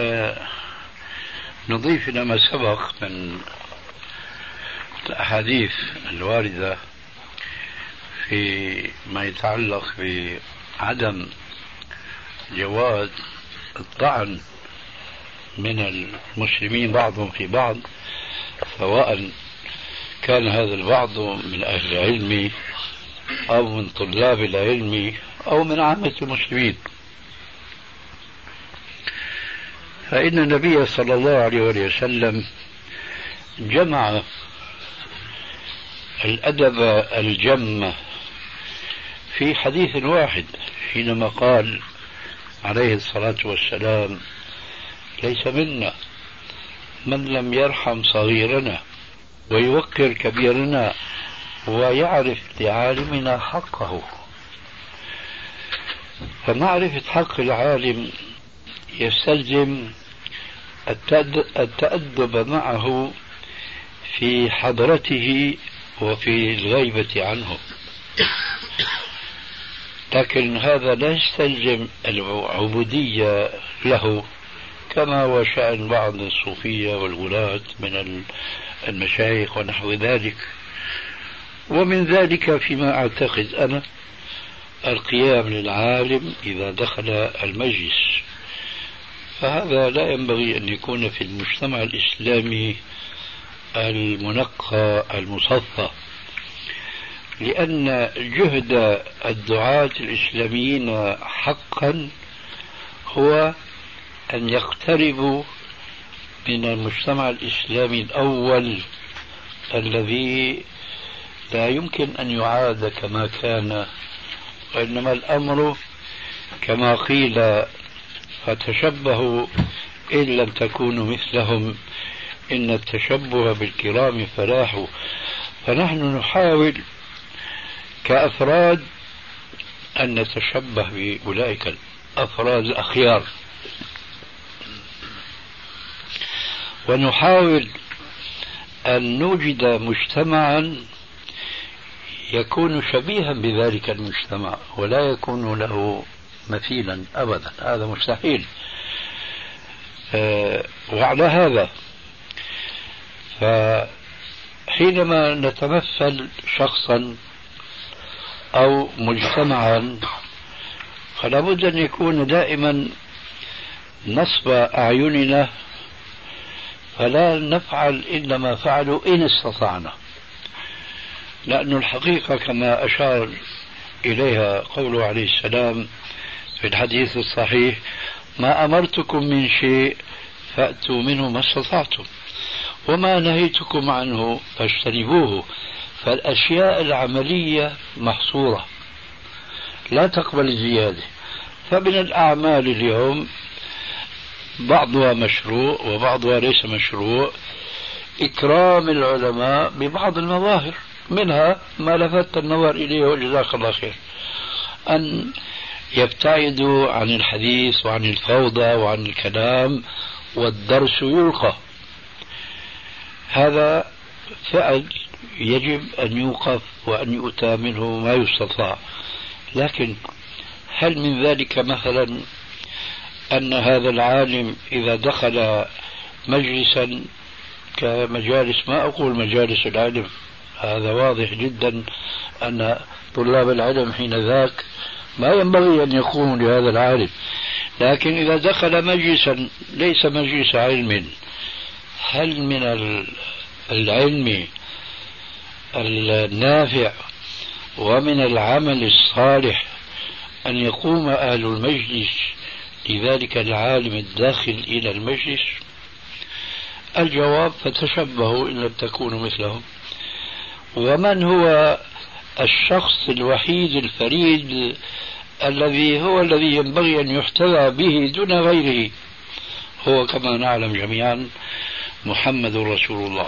نضيف إلى ما سبق من الأحاديث الواردة في ما يتعلق بعدم جواز الطعن من المسلمين بعضهم في بعض، سواء كان هذا البعض من أهل العلم أو من طلاب العلم أو من عامة المسلمين. فإن النبي صلى الله عليه وسلم جمع الأدب الجم في حديث واحد حينما قال عليه الصلاة والسلام: ليس منا من لم يرحم صغيرنا ويوقر كبيرنا ويعرف لعالمنا حقه. فمعرفة حق العالم يستلزم التأدب معه في حضرته وفي الغيبة عنه. لكن هذا لا يستلزم العبودية له، كما هو شأن بعض الصوفية والغلاة من المشايخ ونحو ذلك. ومن ذلك فيما أعتقد أنا القيام للعالم إذا دخل المجلس، فهذا لا ينبغي أن يكون في المجتمع الإسلامي المنقى المصفى، لأن جهد الدعاة الإسلاميين حقا هو أن يقتربوا من المجتمع الإسلامي الأول الذي لا يمكن أن يعاد كما كان، وإنما الأمر كما قيل فتشبهوا إن لم تكونوا مثلهم إن التشبه بالكرام فلاح. فنحن نحاول كأفراد أن نتشبه بأولئك الأفراد الأخيار، ونحاول أن نوجد مجتمعا يكون شبيها بذلك المجتمع ولا يكون له مثيلا أبدا، هذا مستحيل. أه وعلى هذا فحينما نتمثل شخصا أو مجتمعا فلا بد أن يكون دائما نصب أعيننا، فلا نفعل إلا ما فعلوا إن استطعنا، لأن الحقيقة كما أشار إليها قوله عليه السلام في الحديث الصحيح: ما أمرتكم من شيء فأتوا منه ما استطعتم وما نهيتكم عنه فاجتنبوه. فالأشياء العملية محصورة لا تقبل الزيادة. فمن الأعمال اليوم بعضها مشروع وبعضها ليس مشروع، إكرام العلماء ببعض المظاهر، منها ما لفت النظر إليه وجزاك الله خير، أن يبتعدوا عن الحديث وعن الفوضى وعن الكلام والدرس يلقى. هذا فعل يجب أن يوقف وأن يؤتى منه ما يستطاع. لكن هل من ذلك مثلا أن هذا العالم إذا دخل مجلسا كمجالس، ما أقول مجالس العلم، هذا واضح جدا أن طلاب العلم حين ذاك ما ينبغي أن يقوموا لهذا العالم، لكن إذا دخل مجلسا ليس مجلس علم، هل من العلم النافع ومن العمل الصالح أن يقوم أهل المجلس لذلك العالم الداخل إلى المجلس؟ الجواب: فتشبهوا إن لم تكونوا مثلهم. ومن هو الشخص الوحيد الفريد الذي هو الذي ينبغي أن يحتذى به دون غيره؟ هو كما نعلم جميعا محمد رسول الله.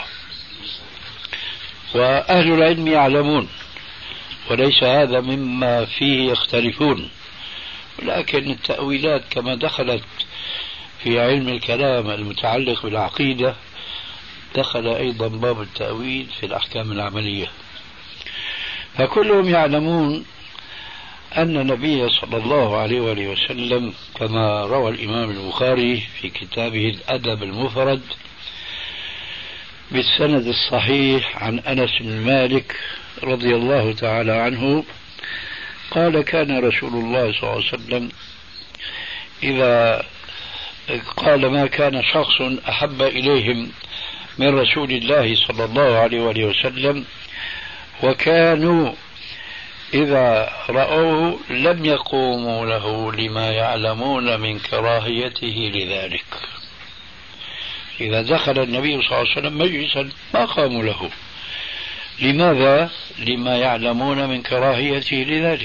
وأهل العلم يعلمون، وليس هذا مما فيه يختلفون، ولكن التأويلات كما دخلت في علم الكلام المتعلق بالعقيدة دخل أيضا باب التأويل في الأحكام العملية. فكلهم يعلمون أن النبي صلى الله عليه وآله وسلم كما روى الإمام البخاري في كتابه الأدب المفرد بالسند الصحيح عن أنس بن مالك رضي الله تعالى عنه قال: كان رسول الله صلى الله عليه وسلم إذا قال: ما كان شخص أحب إليهم من رسول الله صلى الله عليه وآله وسلم وكانوا إذا رأوه لم يقوموا له لما يعلمون من كراهيته لذلك. إذا دخل النبي صلى الله عليه وسلم مجلسا ما قاموا له. لماذا؟ لما يعلمون من كراهيته لذلك.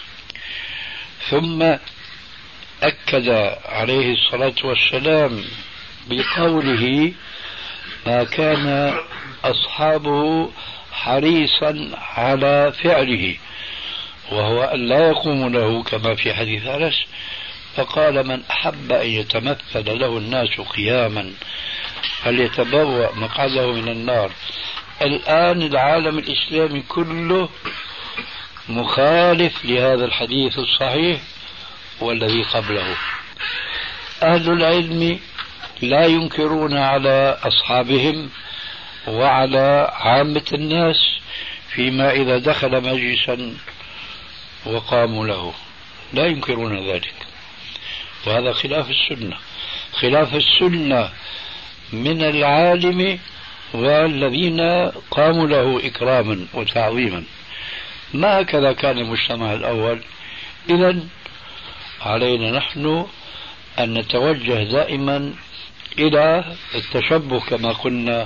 ثم أكد عليه الصلاة والسلام بقوله: ما كان أصحابه حريصا على فعله، وهو أن لا يقوم له كما في حديث أنس. فقال: من أحب أن يتمثل له الناس قياما فليتبوأ مقعده من النار. الآن العالم الإسلامي كله مخالف لهذا الحديث الصحيح والذي قبله. أهل العلم لا ينكرون على أصحابهم وعلى عامة الناس فيما إذا دخل مجلسا وقاموا له، لا ينكرون ذلك، وهذا خلاف السنة. خلاف السنة من العالم والذين قاموا له إكراما وتعظيما. ما هكذا كان المجتمع الأول. إذن علينا نحن أن نتوجه دائما إلى التشبه كما قلنا،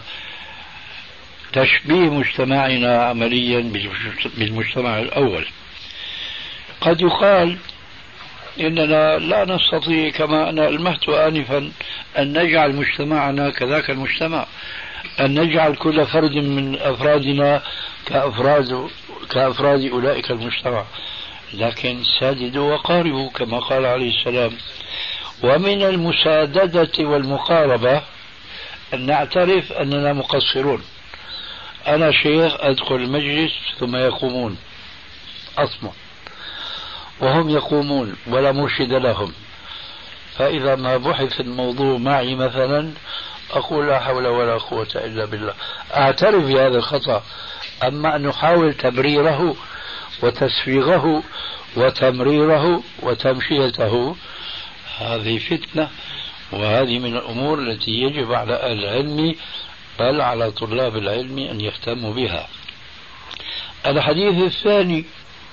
تشبيه مجتمعنا عمليا بالمجتمع الأول. قد يقال إننا لا نستطيع كما أنا ألمحت آنفا أن نجعل مجتمعنا كذاك المجتمع، أن نجعل كل فرد من أفرادنا كأفراد كأفراد أولئك المجتمع، لكن ساددوا وقاربوا كما قال عليه السلام. ومن المساددة والمقاربة أن نعترف أننا مقصرون. أنا شيخ أدخل المجلس ثم يقومون، أصمت وهم يقومون ولا مرشد لهم، فإذا ما بحث الموضوع معي مثلا أقول لا حول ولا قوة إلا بالله، أعترف بهذا الخطأ. أما أن نحاول تبريره وتسويغه وتمريره وتمشيته، هذه فتنة، وهذه من الأمور التي يجب على أهل العلم بل على طلاب العلم أن يهتموا بها. الحديث الثاني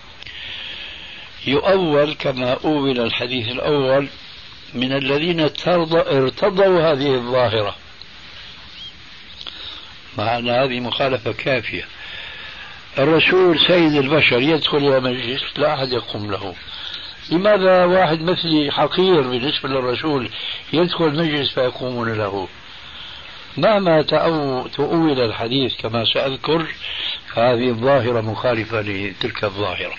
يؤول كما أول الحديث الأول من الذين ارتضوا هذه الظاهرة، مع أن هذه مخالفة كافية. الرسول سيد البشر يدخل إلى مجلس لا أحد يقوم له، لماذا واحد مثلي حقير بالنسبة للرسول يدخل مجلس فيقومون له؟ مهما تؤول الحديث كما سأذكر، هذه الظاهرة مخالفة لتلك الظاهرة.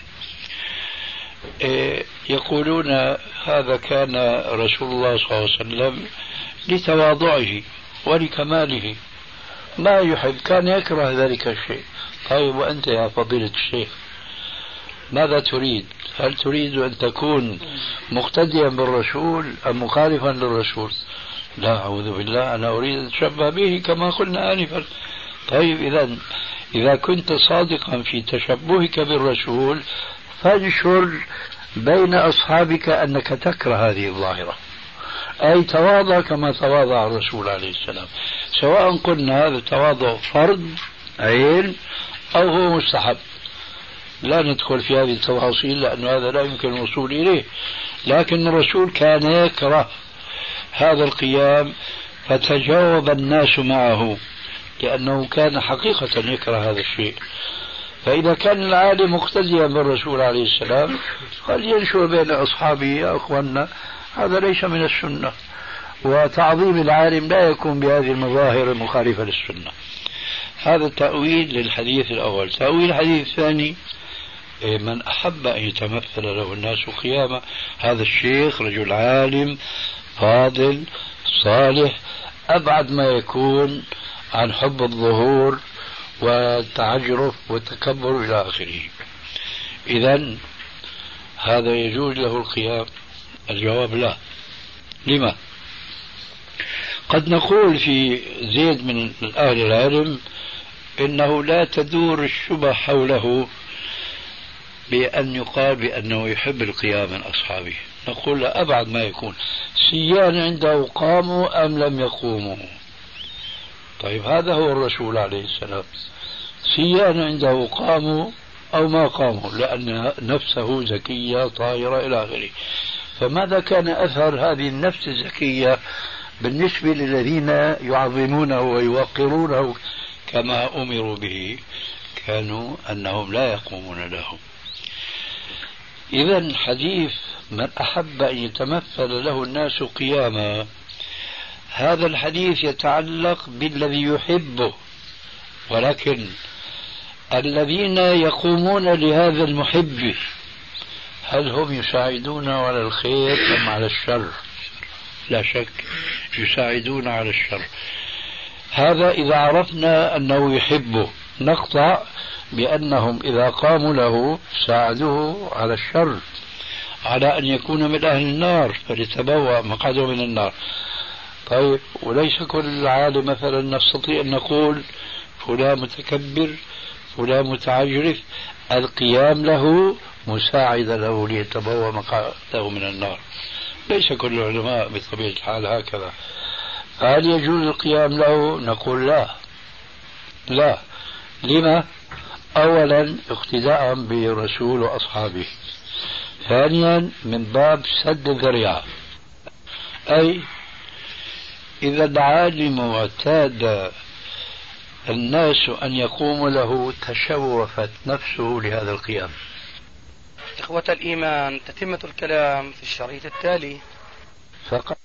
يقولون هذا كان رسول الله صلى الله عليه وسلم لتواضعه ولكماله ما يحب، كان يكره ذلك الشيء. طيب وأنت يا فضيلة الشيخ ماذا تريد؟ هل تريد أن تكون مقتديا بالرسول أم مخالفا للرسول؟ لا، أعوذ بالله، أنا أريد أن أتشبه به كما قلنا آنفا. طيب إذا إذا كنت صادقا في تشبهك بالرسول فانشر بين أصحابك أنك تكره هذه الظاهرة، أي تواضع كما تواضع الرسول عليه السلام، سواء قلنا هذا التواضع فرض عين أو هو مستحب. لا ندخل في هذه التفاصيل لأن هذا لا يمكن الوصول إليه، لكن الرسول كان يكره هذا القيام فتجاوب الناس معه لأنه كان حقيقة يكره هذا الشيء. فإذا كان العالم مقتديا بالرسول عليه السلام قال ينشر بين أصحابه يا أخوانا، هذا ليس من السنة، وتعظيم العالم لا يكون بهذه المظاهر المخالفة للسنة. هذا التأويل للحديث الأول. تأويل الحديث الثاني من أحب أن يتمثل له الناس قيامة، هذا الشيخ رجل عالم فاضل صالح أبعد ما يكون عن حب الظهور والتعجرف والتكبر إلى آخره. إذن هذا يجوز له القيام؟ الجواب لا. لما؟ قد نقول في زيد من أهل العلم إنه لا تدور الشبه حوله بأن يقال بأنه يحب القيام من أصحابه، نقول لا، أبعد ما يكون. سيان عنده قاموا أم لم يقوموا؟ طيب هذا هو الرسول عليه السلام، سيان عنده قاموا أو ما قاموا، لأن نفسه زكية طاهرة إلى آخره. فماذا كان أثر هذه النفس الزكية بالنسبة للذين يعظمونه ويوقرونه كما أمروا به؟ كانوا أنهم لا يقومون له. إذن حديث من أحب أن يتمثل له الناس قياما، هذا الحديث يتعلق بالذي يحبه، ولكن الذين يقومون لهذا المحب هل هم يساعدون على الخير أم على الشر؟ لا شك يساعدون على الشر. هذا إذا عرفنا أنه يحبه نقطع بأنهم إذا قاموا له ساعدوه على الشر، على أن يكون من أهل النار فليتبوأ مقعده من النار. طيب، وليس كل عالم مثلا نستطيع أن نقول فلان متكبر فلان متعجرف القيام له مساعدا له ليتبوأ مقعده من النار. ليس كل العلماء بطبيعة الحال هكذا. هل يجوز القيام له؟ نقول لا لا. لما؟ أولا اقتداء بالرسول وأصحابه، ثانيا من باب سد الذريعة، أي إذا العالم اعتاد الناس أن يقوموا له تشوفت نفسه لهذا القيام. إخوة الإيمان، تتمة الكلام في الشريط التالي. فقط